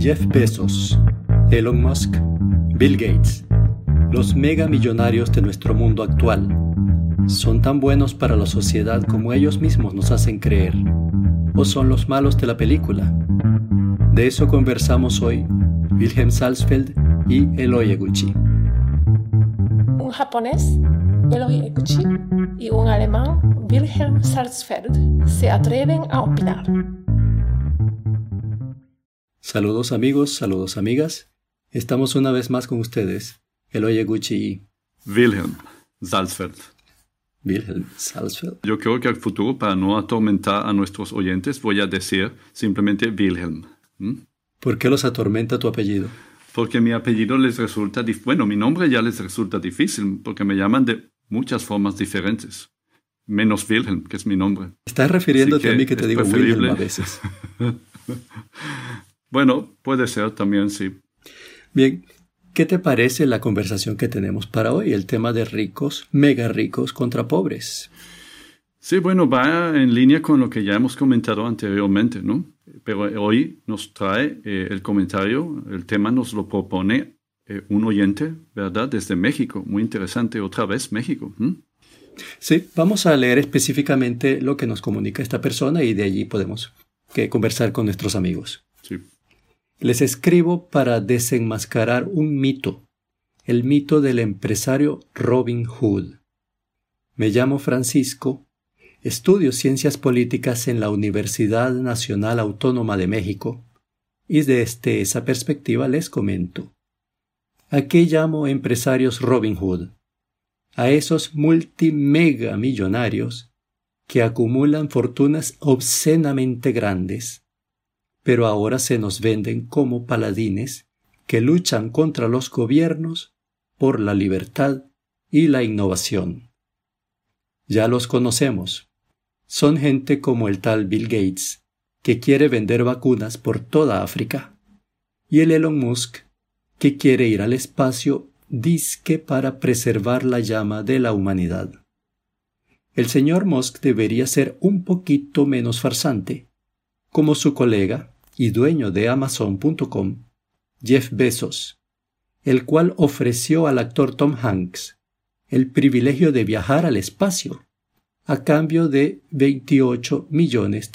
Jeff Bezos, Elon Musk, Bill Gates, los megamillonarios de nuestro mundo actual, ¿son tan buenos para la sociedad como ellos mismos nos hacen creer? ¿O son los malos de la película? De eso conversamos hoy Wilhelm Salzfeld y Eloy Eguchi. Un japonés, Eloy Eguchi, y un alemán, Wilhelm Salzfeld, se atreven a opinar. Saludos amigos, saludos amigas. Estamos una vez más con ustedes, Eloy Eguchi y Wilhelm Salzfeld. Wilhelm Salzfeld. Yo creo que al futuro, para no atormentar a nuestros oyentes, voy a decir simplemente Wilhelm. ¿Por qué los atormenta tu apellido? Porque mi apellido les resulta difícil. Bueno, mi nombre ya les resulta difícil, porque me llaman de muchas formas diferentes. Menos Wilhelm, que es mi nombre. Estás refiriéndote a mí que te digo Wilhelm a veces. Bueno, puede ser también, sí. Bien, ¿qué te parece la conversación que tenemos para hoy? El tema de ricos, mega ricos contra pobres. Sí, bueno, va en línea con lo que ya hemos comentado anteriormente, ¿no? Pero hoy nos trae el comentario, el tema nos lo propone un oyente, ¿verdad? Desde México. Muy interesante, otra vez México. Sí, vamos a leer específicamente lo que nos comunica esta persona y de allí podemos conversar con nuestros amigos. Sí. Les escribo para desenmascarar un mito, el mito del empresario Robin Hood. Me llamo Francisco, estudio ciencias políticas en la Universidad Nacional Autónoma de México y desde esa perspectiva les comento. ¿A qué llamo empresarios Robin Hood? A esos multimega millonarios que acumulan fortunas obscenamente grandes, pero ahora se nos venden como paladines que luchan contra los gobiernos por la libertad y la innovación. Ya los conocemos. Son gente como el tal Bill Gates, que quiere vender vacunas por toda África, y el Elon Musk, que quiere ir al espacio dizque para preservar la llama de la humanidad. El señor Musk debería ser un poquito menos farsante, como su colega y dueño de Amazon.com, Jeff Bezos, el cual ofreció al actor Tom Hanks el privilegio de viajar al espacio a cambio de $28 millones.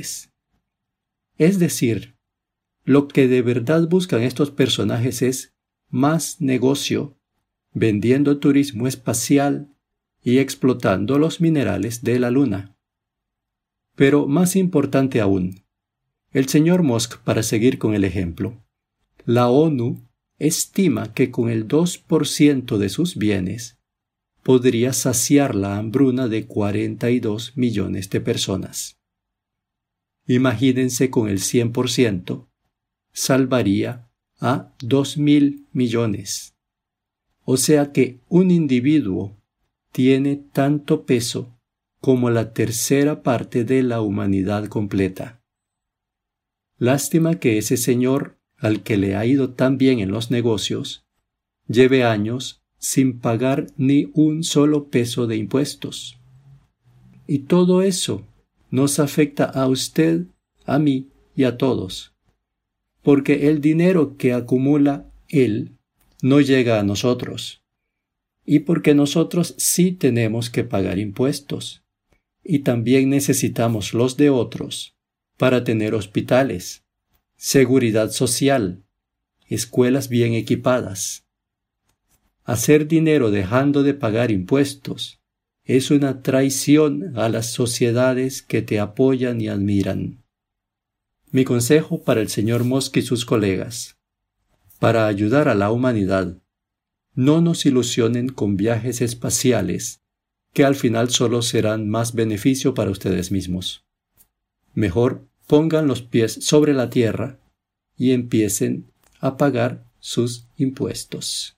Es decir, lo que de verdad buscan estos personajes es más negocio, vendiendo turismo espacial y explotando los minerales de la Luna. Pero más importante aún, el señor Musk, para seguir con el ejemplo, la ONU estima que con el 2% de sus bienes podría saciar la hambruna de 42 millones de personas. Imagínense con el 100%, salvaría a 2.000 millones. O sea que un individuo tiene tanto peso como la tercera parte de la humanidad completa. Lástima que ese señor, al que le ha ido tan bien en los negocios, lleve años sin pagar ni un solo peso de impuestos. Y todo eso nos afecta a usted, a mí y a todos, porque el dinero que acumula él no llega a nosotros, y porque nosotros sí tenemos que pagar impuestos, y también necesitamos los de otros para tener hospitales, seguridad social, escuelas bien equipadas. Hacer dinero dejando de pagar impuestos es una traición a las sociedades que te apoyan y admiran. Mi consejo para el señor Musk y sus colegas: para ayudar a la humanidad, no nos ilusionen con viajes espaciales que al final solo serán más beneficio para ustedes mismos. Mejor pongan los pies sobre la tierra y empiecen a pagar sus impuestos.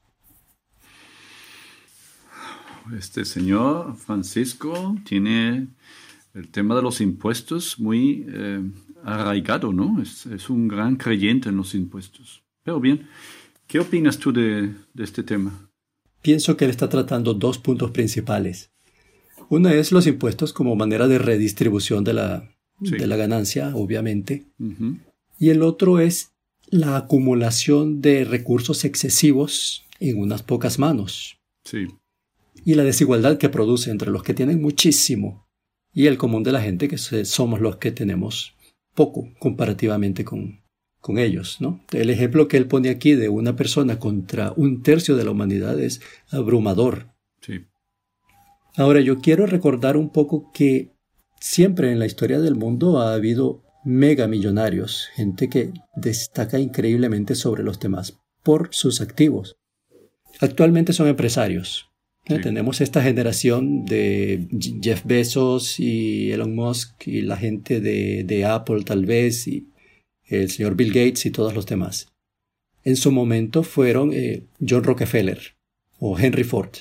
Este señor Francisco tiene el tema de los impuestos muy arraigado, ¿no? Es un gran creyente en los impuestos. Pero bien, ¿qué opinas tú de este tema? Pienso que él está tratando dos puntos principales. Una es los impuestos como manera de redistribución de la ganancia, obviamente. Uh-huh. Y el otro es la acumulación de recursos excesivos en unas pocas manos. Sí. Y la desigualdad que produce entre los que tienen muchísimo y el común de la gente, que somos los que tenemos poco comparativamente con ellos, ¿no? El ejemplo que él pone aquí de una persona contra un tercio de la humanidad es abrumador. Sí. Ahora, yo quiero recordar un poco que siempre en la historia del mundo ha habido megamillonarios, gente que destaca increíblemente sobre los demás por sus activos. Actualmente son empresarios. Sí. Tenemos esta generación de Jeff Bezos y Elon Musk y la gente de Apple tal vez, y el señor Bill Gates y todos los demás. En su momento fueron John Rockefeller o Henry Ford.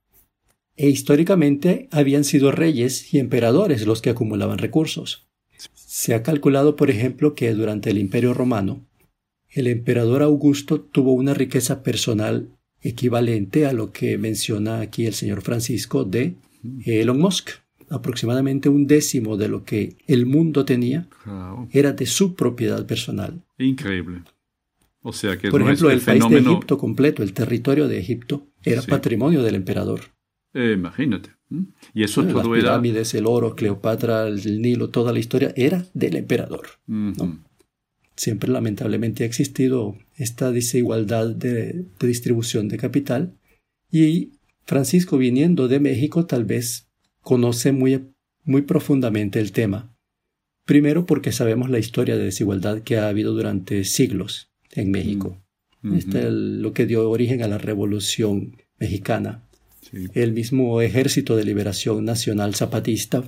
E históricamente habían sido reyes y emperadores los que acumulaban recursos. Se ha calculado, por ejemplo, que durante el Imperio Romano, el emperador Augusto tuvo una riqueza personal equivalente a lo que menciona aquí el señor Francisco de Elon Musk. Aproximadamente 1/10 de lo que el mundo tenía era de su propiedad personal. Increíble. O sea que por ejemplo, el país de Egipto completo, el territorio de Egipto, era patrimonio del emperador. Imagínate. Y eso todo las pirámides, el oro, Cleopatra, el Nilo, toda la historia era del emperador. ¿No? Siempre lamentablemente ha existido esta desigualdad de distribución de capital, y Francisco, viniendo de México, tal vez conoce muy profundamente el tema. Primero porque sabemos la historia de desigualdad que ha habido durante siglos en México. Este es lo que dio origen a la Revolución Mexicana. Sí. El mismo Ejército de Liberación Nacional Zapatista.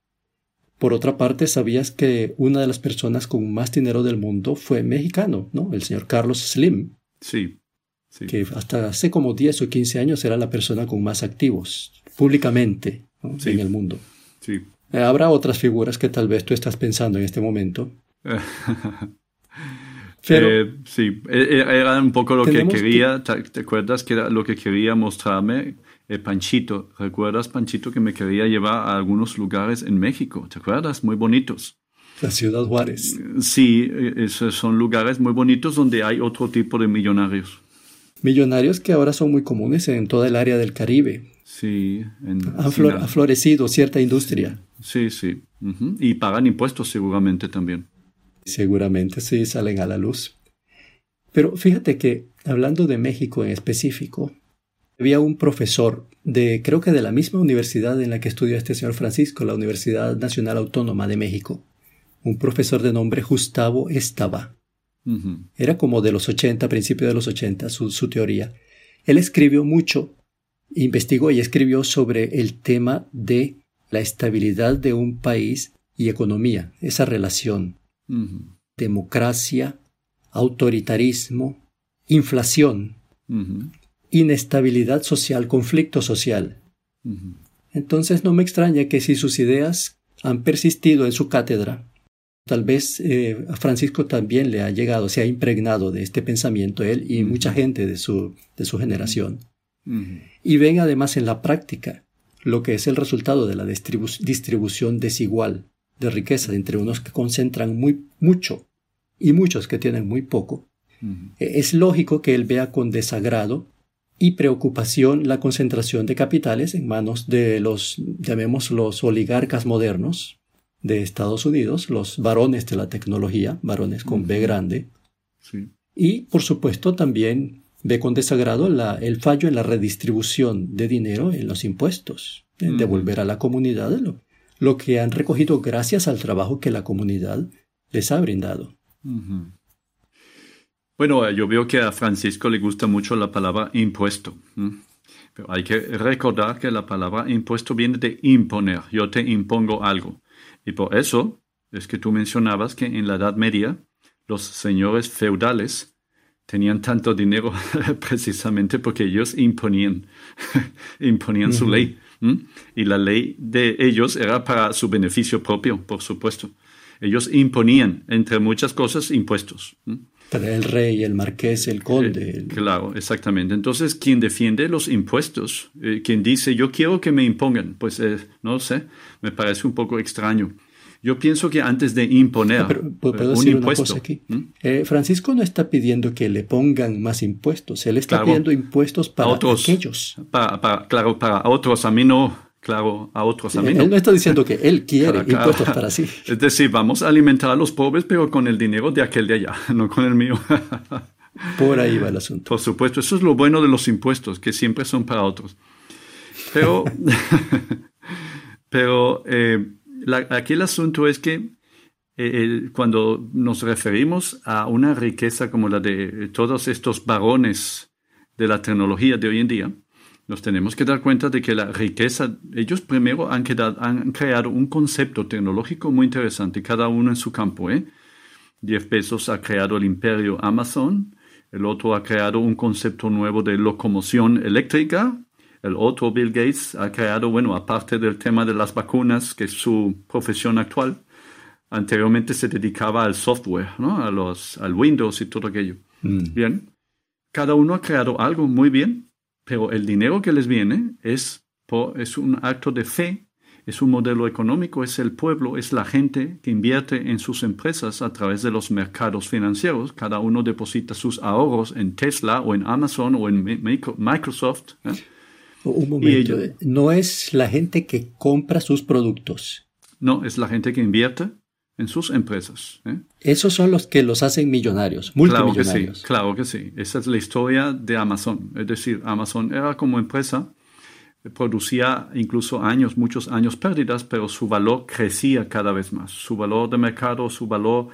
Por otra parte, ¿sabías que una de las personas con más dinero del mundo fue mexicano, ¿no? El señor Carlos Slim. Sí. Sí. Que hasta hace como 10 o 15 años era la persona con más activos públicamente, ¿no? En el mundo. Sí. Habrá otras figuras que tal vez tú estás pensando en este momento. Pero sí, era un poco lo que quería. ¿Te acuerdas que era lo que quería mostrarme? Panchito, ¿recuerdas, Panchito, que me quería llevar a algunos lugares en México? ¿Te acuerdas? Muy bonitos. La Ciudad Juárez. Sí, esos son lugares muy bonitos donde hay otro tipo de millonarios. Millonarios que ahora son muy comunes en toda el área del Caribe. Sí. Ha florecido cierta industria. Sí. Y pagan impuestos seguramente también. Seguramente sí, salen a la luz. Pero fíjate que, hablando de México en específico, había un profesor creo que de la misma universidad en la que estudió este señor Francisco, la Universidad Nacional Autónoma de México. Un profesor de nombre Gustavo Estaba. Era como de los 80, principios de los 80, su teoría. Él escribió mucho, investigó y escribió sobre el tema de la estabilidad de un país y economía, esa relación. Democracia, autoritarismo, inflación, inestabilidad social, conflicto social. Entonces no me extraña que si sus ideas han persistido en su cátedra, tal vez a Francisco también le ha llegado, se ha impregnado de este pensamiento, él y mucha gente de su generación. Y ven además en la práctica lo que es el resultado de la distribución desigual de riqueza entre unos que concentran mucho y muchos que tienen muy poco. Es lógico que él vea con desagrado y preocupación la concentración de capitales en manos de los oligarcas modernos de Estados Unidos, los varones de la tecnología, varones con B grande. Sí. Y, por supuesto, también ve con desagrado el fallo en la redistribución de dinero en los impuestos, en devolver a la comunidad lo que han recogido gracias al trabajo que la comunidad les ha brindado. Bueno, yo veo que a Francisco le gusta mucho la palabra impuesto. Pero hay que recordar que la palabra impuesto viene de imponer. Yo te impongo algo. Y por eso es que tú mencionabas que en la Edad Media los señores feudales tenían tanto dinero precisamente porque ellos imponían su ley. Y la ley de ellos era para su beneficio propio, por supuesto. Ellos imponían, entre muchas cosas, impuestos. Para el rey, el marqués, el conde. Claro, exactamente. Entonces, quien defiende los impuestos, quien dice, yo quiero que me impongan, pues no sé, me parece un poco extraño. Yo pienso que antes de imponer ¿Puedo un decir impuesto... una cosa aquí? Francisco no está pidiendo que le pongan más impuestos. Él está pidiendo impuestos para otros, aquellos. Claro, para otros, a mí no. Claro, a otros, a mí no. Él no está diciendo que él quiere impuestos para sí. Es decir, vamos a alimentar a los pobres, pero con el dinero de aquel de allá, no con el mío. Por ahí va el asunto. Por supuesto, eso es lo bueno de los impuestos, que siempre son para otros. Pero, aquí el asunto es que cuando nos referimos a una riqueza como la de todos estos varones de la tecnología de hoy en día, nos tenemos que dar cuenta de que la riqueza, ellos primero han creado un concepto tecnológico muy interesante, cada uno en su campo. Jeff Bezos ha creado el imperio Amazon, el otro ha creado un concepto nuevo de locomoción eléctrica, el otro, Bill Gates, ha creado, bueno, aparte del tema de las vacunas, que es su profesión actual, anteriormente se dedicaba al software, ¿no? Al Windows y todo aquello. Bien, cada uno ha creado algo muy bien, pero el dinero que les viene es un acto de fe, es un modelo económico, es el pueblo, es la gente que invierte en sus empresas a través de los mercados financieros. Cada uno deposita sus ahorros en Tesla o en Amazon o en Microsoft. Un momento, no es la gente que compra sus productos. No, es la gente que invierte en sus empresas. Esos son los que los hacen millonarios, multimillonarios. Claro que sí. Esa es la historia de Amazon. Es decir, Amazon era como empresa, producía incluso muchos años pérdidas, pero su valor crecía cada vez más. Su valor de mercado, su valor,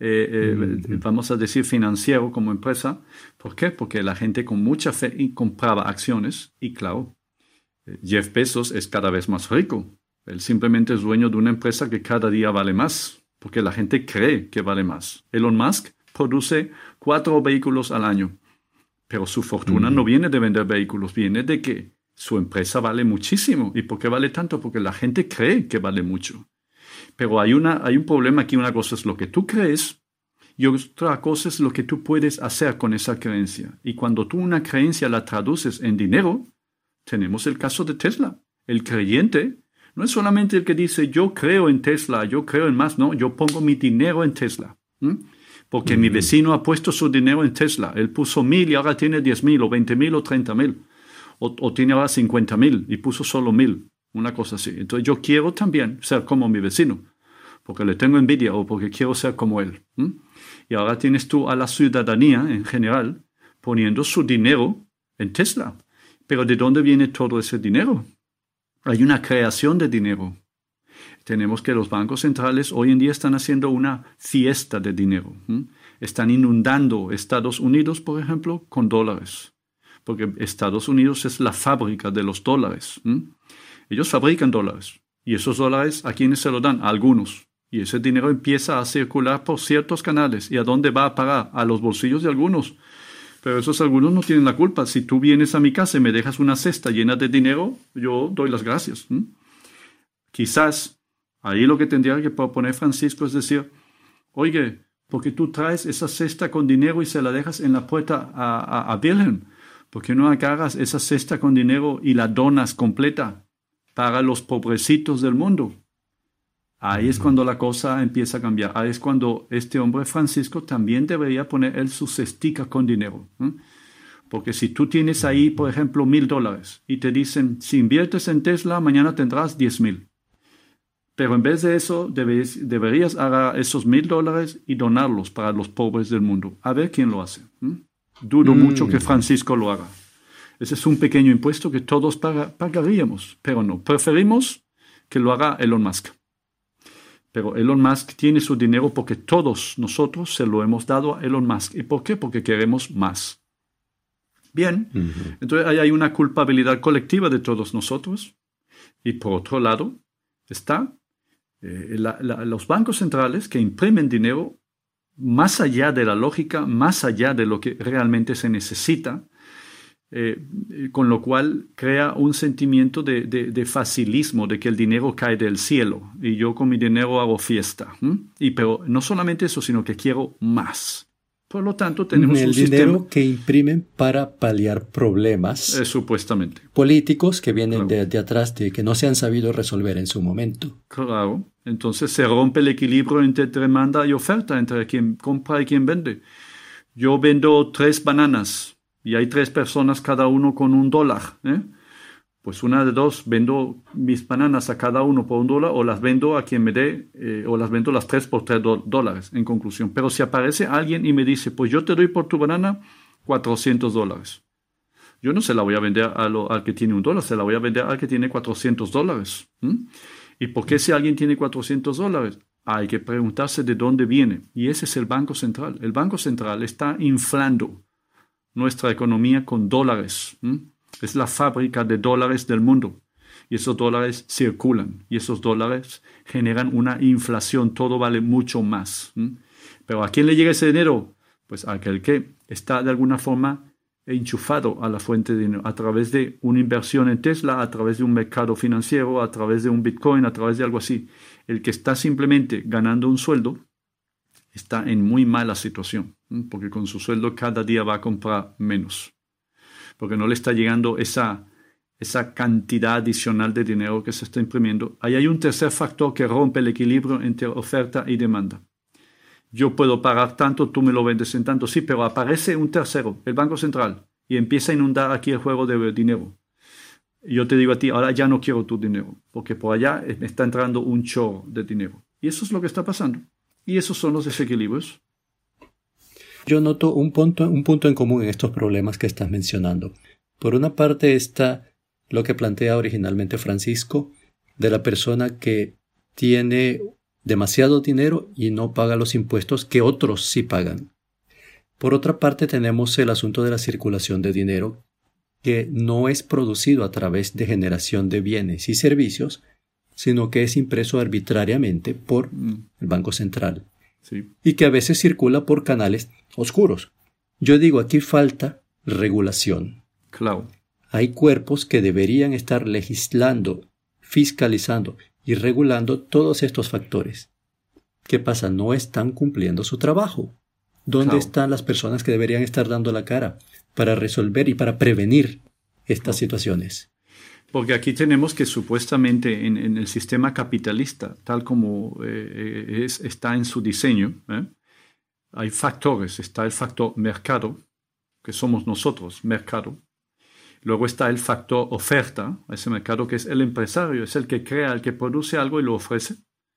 vamos a decir, financiero como empresa. ¿Por qué? Porque la gente con mucha fe compraba acciones y claro, Jeff Bezos es cada vez más rico. Él simplemente es dueño de una empresa que cada día vale más, porque la gente cree que vale más. Elon Musk produce 4 vehículos al año, pero su fortuna no viene de vender vehículos, viene de que su empresa vale muchísimo. ¿Y por qué vale tanto? Porque la gente cree que vale mucho. Pero hay un problema aquí. Una cosa es lo que tú crees y otra cosa es lo que tú puedes hacer con esa creencia. Y cuando tú una creencia la traduces en dinero, tenemos el caso de Tesla. El creyente no es solamente el que dice, yo creo en Tesla, yo creo en más. No, yo pongo mi dinero en Tesla. Porque mi vecino ha puesto su dinero en Tesla. Él puso 1,000 y ahora tiene 10,000 o 20,000 o 30,000. O tiene ahora 50,000 y puso solo 1,000. Una cosa así. Entonces yo quiero también ser como mi vecino. Porque le tengo envidia o porque quiero ser como él. Y ahora tienes tú a la ciudadanía en general poniendo su dinero en Tesla. Pero ¿de dónde viene todo ese dinero? Hay una creación de dinero. Tenemos que los bancos centrales hoy en día están haciendo una fiesta de dinero. Están inundando Estados Unidos, por ejemplo, con dólares. Porque Estados Unidos es la fábrica de los dólares. Ellos fabrican dólares. Y esos dólares, ¿a quiénes se los dan? A algunos. Y ese dinero empieza a circular por ciertos canales. ¿Y a dónde va a parar? A los bolsillos de algunos. Pero esos algunos no tienen la culpa. Si tú vienes a mi casa y me dejas una cesta llena de dinero, yo doy las gracias. Quizás ahí lo que tendría que proponer Francisco es decir, oye, porque tú traes esa cesta con dinero y se la dejas en la puerta a Wilhelm, ¿por qué no agarras esa cesta con dinero y la donas completa para los pobrecitos del mundo? Ahí es cuando la cosa empieza a cambiar. Ahí es cuando este hombre Francisco también debería poner él su cestica con dinero. Porque si tú tienes ahí, por ejemplo, $1,000 y te dicen, si inviertes en Tesla, mañana tendrás 10,000. Pero en vez de eso, deberías agarrar esos $1,000 y donarlos para los pobres del mundo. A ver quién lo hace. Dudo mucho que Francisco lo haga. Ese es un pequeño impuesto que todos pagaríamos, pero no. Preferimos que lo haga Elon Musk. Pero Elon Musk tiene su dinero porque todos nosotros se lo hemos dado a Elon Musk. ¿Y por qué? Porque queremos más. Bien, entonces ahí hay una culpabilidad colectiva de todos nosotros. Y por otro lado está los bancos centrales que imprimen dinero más allá de la lógica, más allá de lo que realmente se necesita, con lo cual crea un sentimiento de facilismo, de que el dinero cae del cielo y yo con mi dinero hago fiesta. Pero no solamente eso, sino que quiero más. Por lo tanto, tenemos el un dinero sistema que imprimen para paliar problemas supuestamente. políticos que vienen Claro. de atrás, de que no se han sabido resolver en su momento. Claro, entonces se rompe el equilibrio entre demanda y oferta, entre quien compra y quien vende. Yo vendo 3 bananas y hay 3 personas, cada uno con $1, ¿eh? Pues una de dos, vendo mis bananas a cada uno por $1 o las vendo a quien me dé, o las vendo las 3 por $3, en conclusión. Pero si aparece alguien y me dice, pues yo te doy por tu banana $400. Yo no se la voy a vender al que tiene $1, se la voy a vender al que tiene $400. ¿Y por qué si alguien tiene $400? Hay que preguntarse de dónde viene. Y ese es el Banco Central. El Banco Central está inflando nuestra economía con dólares. Es la fábrica de dólares del mundo. Y esos dólares circulan. Y esos dólares generan una inflación. Todo vale mucho más. Pero ¿a quién le llega ese dinero? Pues a aquel que está de alguna forma enchufado a la fuente de dinero a través de una inversión en Tesla, a través de un mercado financiero, a través de un Bitcoin, a través de algo así. El que está simplemente ganando un sueldo está en muy mala situación, porque con su sueldo cada día va a comprar menos, porque no le está llegando esa cantidad adicional de dinero que se está imprimiendo. Ahí hay un tercer factor que rompe el equilibrio entre oferta y demanda. Yo puedo pagar tanto, tú me lo vendes en tanto, sí, pero aparece un tercero, el Banco Central, y empieza a inundar aquí el juego de dinero. Yo te digo a ti, ahora ya no quiero tu dinero, porque por allá me está entrando un chorro de dinero. Y eso es lo que está pasando. Y esos son los desequilibrios. Yo noto un punto en común en estos problemas que estás mencionando. Por una parte está lo que plantea originalmente Francisco, de la persona que tiene demasiado dinero y no paga los impuestos que otros sí pagan. Por otra parte tenemos el asunto de la circulación de dinero, que no es producido a través de generación de bienes y servicios, sino que es impreso arbitrariamente por el Banco Central. Sí. Y que a veces circula por canales oscuros. Yo digo, aquí falta regulación. Claro. Hay cuerpos que deberían estar legislando, fiscalizando y regulando todos estos factores. ¿Qué pasa? No están cumpliendo su trabajo. ¿Dónde están las personas que deberían estar dando la cara para resolver y para prevenir estas situaciones? Porque aquí tenemos que supuestamente en el sistema capitalista, tal como está en su diseño, hay factores. Está el factor mercado, que somos nosotros, mercado. Luego está el factor oferta, ese mercado que es el empresario, es el que crea, el que produce algo y lo ofrece.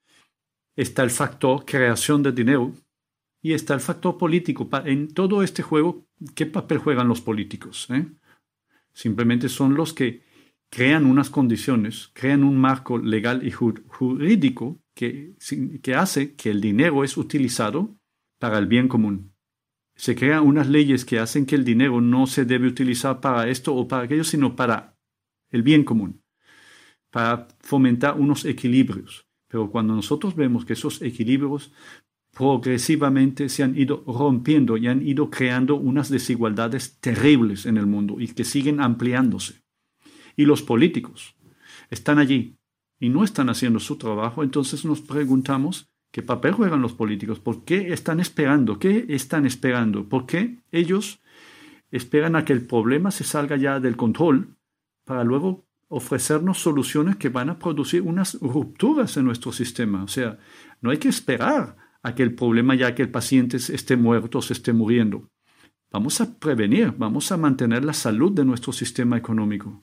Está el factor creación de dinero y está el factor político. En todo este juego, ¿qué papel juegan los políticos? Simplemente son los que crean unas condiciones, crean un marco legal y jurídico que hace que el dinero es utilizado para el bien común. Se crean unas leyes que hacen que el dinero no se debe utilizar para esto o para aquello, sino para el bien común, para fomentar unos equilibrios. Pero cuando nosotros vemos que esos equilibrios progresivamente se han ido rompiendo y han ido creando unas desigualdades terribles en el mundo y que siguen ampliándose, y los políticos están allí y no están haciendo su trabajo, entonces nos preguntamos ¿qué papel juegan los políticos? ¿Por qué están esperando? ¿Qué están esperando? ¿Por qué ellos esperan a que el problema se salga ya del control para luego ofrecernos soluciones que van a producir unas rupturas en nuestro sistema? O sea, no hay que esperar a que el problema ya que el paciente esté muerto o se esté muriendo. Vamos a prevenir, vamos a mantener la salud de nuestro sistema económico.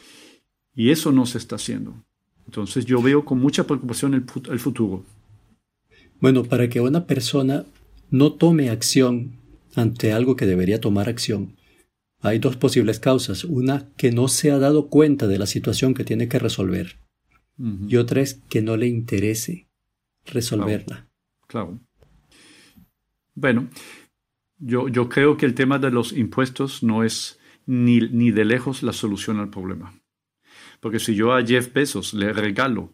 Y eso no se está haciendo. Entonces yo veo con mucha preocupación el futuro. Bueno, para que una persona no tome acción ante algo que debería tomar acción, hay dos posibles causas. Una, que no se ha dado cuenta de la situación que tiene que resolver. Y otra es que no le interese resolverla. Claro. Bueno, yo creo que el tema de los impuestos no es ni de lejos la solución al problema. Porque si yo a Jeff Bezos le regalo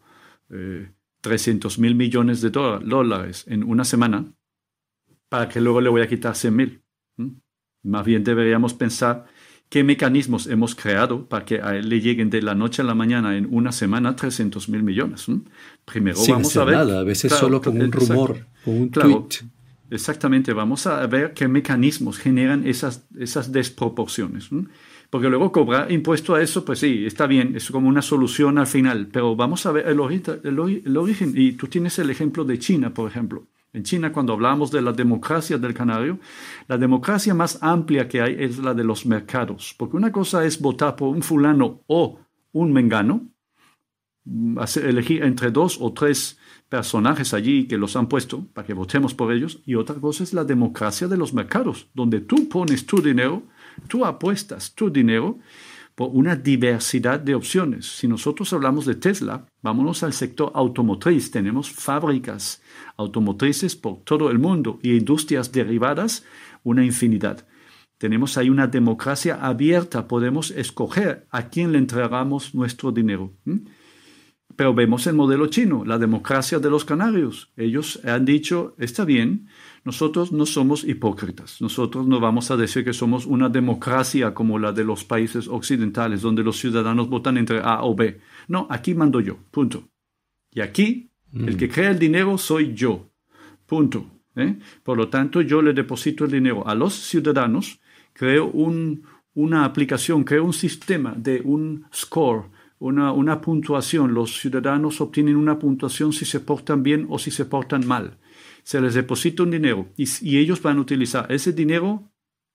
300,000 millones de dólares en una semana, ¿para qué luego le voy a quitar 100,000? Más bien deberíamos pensar qué mecanismos hemos creado para que a él le lleguen de la noche a la mañana en una semana 300,000 millones. Primero sin vamos hacer a ver. Nada, a veces solo con un rumor, con un tweet. exactamente, vamos a ver qué mecanismos generan esas desproporciones. Porque luego cobrar impuesto a eso, pues sí, está bien, es como una solución al final, pero vamos a ver el origen. Y tú tienes el ejemplo de China, por ejemplo. En China, cuando hablamos de la democracia del canario, la democracia más amplia que hay es la de los mercados. Porque una cosa es votar por un fulano o un mengano, elegir entre 2 o 3 personajes allí que los han puesto para que votemos por ellos, y otra cosa es la democracia de los mercados, donde tú pones tu dinero, tú apuestas tu dinero por una diversidad de opciones. Si nosotros hablamos de Tesla, vámonos al sector automotriz. Tenemos fábricas automotrices por todo el mundo y industrias derivadas, una infinidad. Tenemos ahí una democracia abierta, podemos escoger a quién le entregamos nuestro dinero. Pero vemos el modelo chino, la democracia de los canarios. Ellos han dicho, está bien, nosotros no somos hipócritas. Nosotros no vamos a decir que somos una democracia como la de los países occidentales, donde los ciudadanos votan entre A o B. No, aquí mando yo, punto. Y aquí, el que crea el dinero soy yo, punto. Por lo tanto, yo le deposito el dinero a los ciudadanos, creo una aplicación, creo un sistema de un score, una puntuación. Los ciudadanos obtienen una puntuación si se portan bien o si se portan mal. Se les deposita un dinero y ellos van a utilizar ese dinero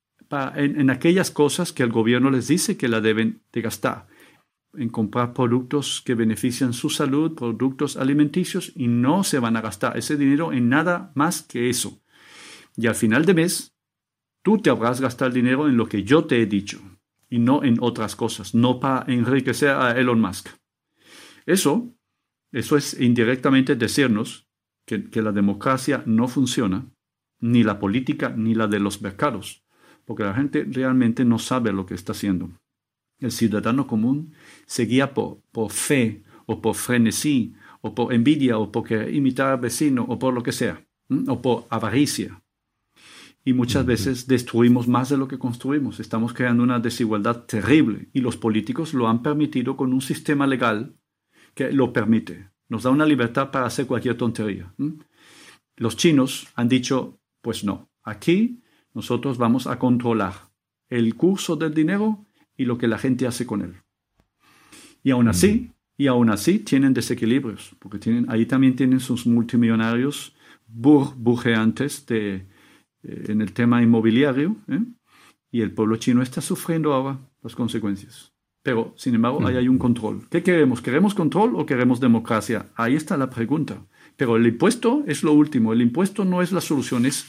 en aquellas cosas que el gobierno les dice que la deben de gastar. En comprar productos que benefician su salud, productos alimenticios, y no se van a gastar ese dinero en nada más que eso. Y al final de mes, tú te habrás gastado el dinero en lo que yo te he dicho, y no en otras cosas, no para enriquecer a Elon Musk. Eso es indirectamente decirnos que la democracia no funciona, ni la política, ni la de los mercados, porque la gente realmente no sabe lo que está haciendo. El ciudadano común se guía por fe, o por frenesí, o por envidia, o por querer imitar al vecino, o por lo que sea, o por avaricia. Y muchas veces destruimos más de lo que construimos. Estamos creando una desigualdad terrible, y los políticos lo han permitido con un sistema legal que lo permite. Nos da una libertad para hacer cualquier tontería. Los chinos han dicho, pues no, aquí nosotros vamos a controlar el curso del dinero y lo que la gente hace con él. Y aún así tienen desequilibrios, porque ahí también tienen sus multimillonarios burbujeantes en el tema inmobiliario, y el pueblo chino está sufriendo ahora las consecuencias. Pero, sin embargo, ahí hay un control. ¿Qué queremos? ¿Queremos control o queremos democracia? Ahí está la pregunta. Pero el impuesto es lo último. El impuesto no es la solución. Es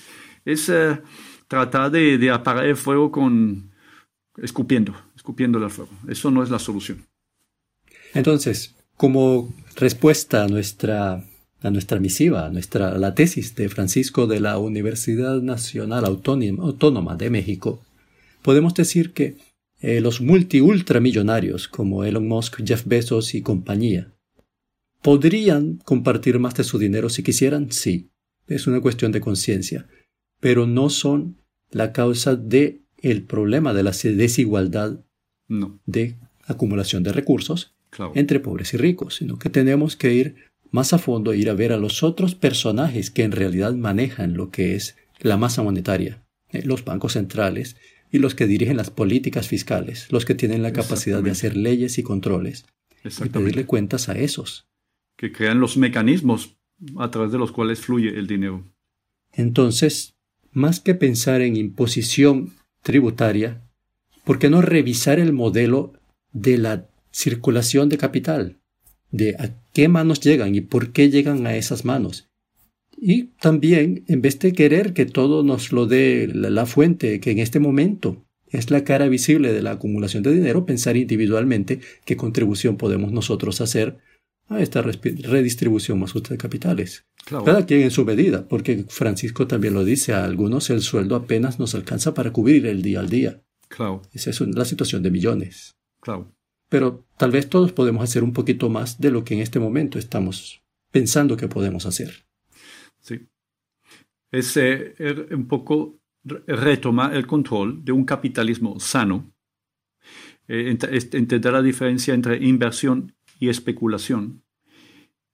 tratar de apagar el fuego escupiendo el fuego. Eso no es la solución. Entonces, como respuesta a nuestra misiva, a la tesis de Francisco de la Universidad Nacional Autónoma de México, podemos decir que los ultramillonarios como Elon Musk, Jeff Bezos y compañía podrían compartir más de su dinero si quisieran, sí. Es una cuestión de conciencia, pero no son la causa del problema de la desigualdad de acumulación de recursos entre pobres y ricos, sino que tenemos que ir más a fondo, ir a ver a los otros personajes que en realidad manejan lo que es la masa monetaria, los bancos centrales y los que dirigen las políticas fiscales, los que tienen la capacidad de hacer leyes y controles y pedirle cuentas a esos. Que crean los mecanismos a través de los cuales fluye el dinero. Entonces, más que pensar en imposición tributaria, ¿por qué no revisar el modelo de la circulación de capital? De a qué manos llegan y por qué llegan a esas manos. Y también, en vez de querer que todo nos lo dé la fuente, que en este momento es la cara visible de la acumulación de dinero, pensar individualmente qué contribución podemos nosotros hacer a esta redistribución más justa de capitales. Claro. Cada quien en su medida, porque Francisco también lo dice, a algunos el sueldo apenas nos alcanza para cubrir el día al día. Claro. Esa es la situación de millones. Claro. Pero tal vez todos podemos hacer un poquito más de lo que en este momento estamos pensando que podemos hacer. Sí. Es un poco retomar el control de un capitalismo sano, entender la diferencia entre inversión y especulación,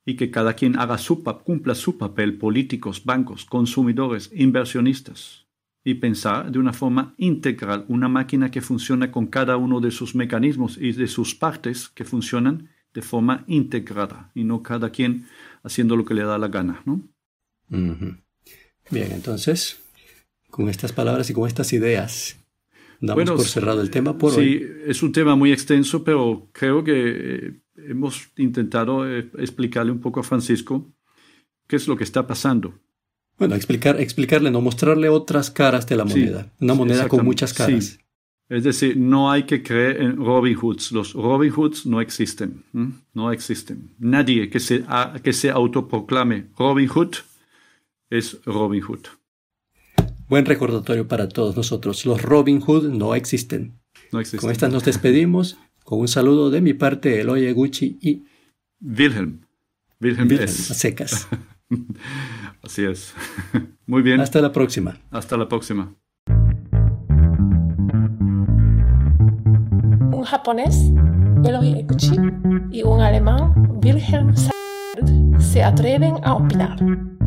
y que cada quien cumpla su papel, políticos, bancos, consumidores, inversionistas, y pensar de una forma integral, una máquina que funciona con cada uno de sus mecanismos y de sus partes que funcionan de forma integrada y no cada quien haciendo lo que le da la gana, ¿no? Uh-huh. Bien, entonces, con estas palabras y con estas ideas, damos por cerrado el tema por hoy. Sí, es un tema muy extenso, pero creo que hemos intentado explicarle un poco a Francisco qué es lo que está pasando. Bueno, explicarle, no mostrarle otras caras de la moneda. Sí, una moneda con muchas caras. Sí. Es decir, no hay que creer en Robin Hoods. Los Robin Hoods no existen. No existen. Nadie que se autoproclame Robin Hood es Robin Hood. Buen recordatorio para todos nosotros. Los Robin Hood no existen. No existen. Con estas nos despedimos. Con un saludo de mi parte, Eloy Eguchi y Wilhelm. Wilhelm a secas. Así es. Muy bien. Hasta la próxima. Hasta la próxima. Un japonés, Eloy Eguchi, y un alemán, Wilhelm Salzfeld, se atreven a opinar.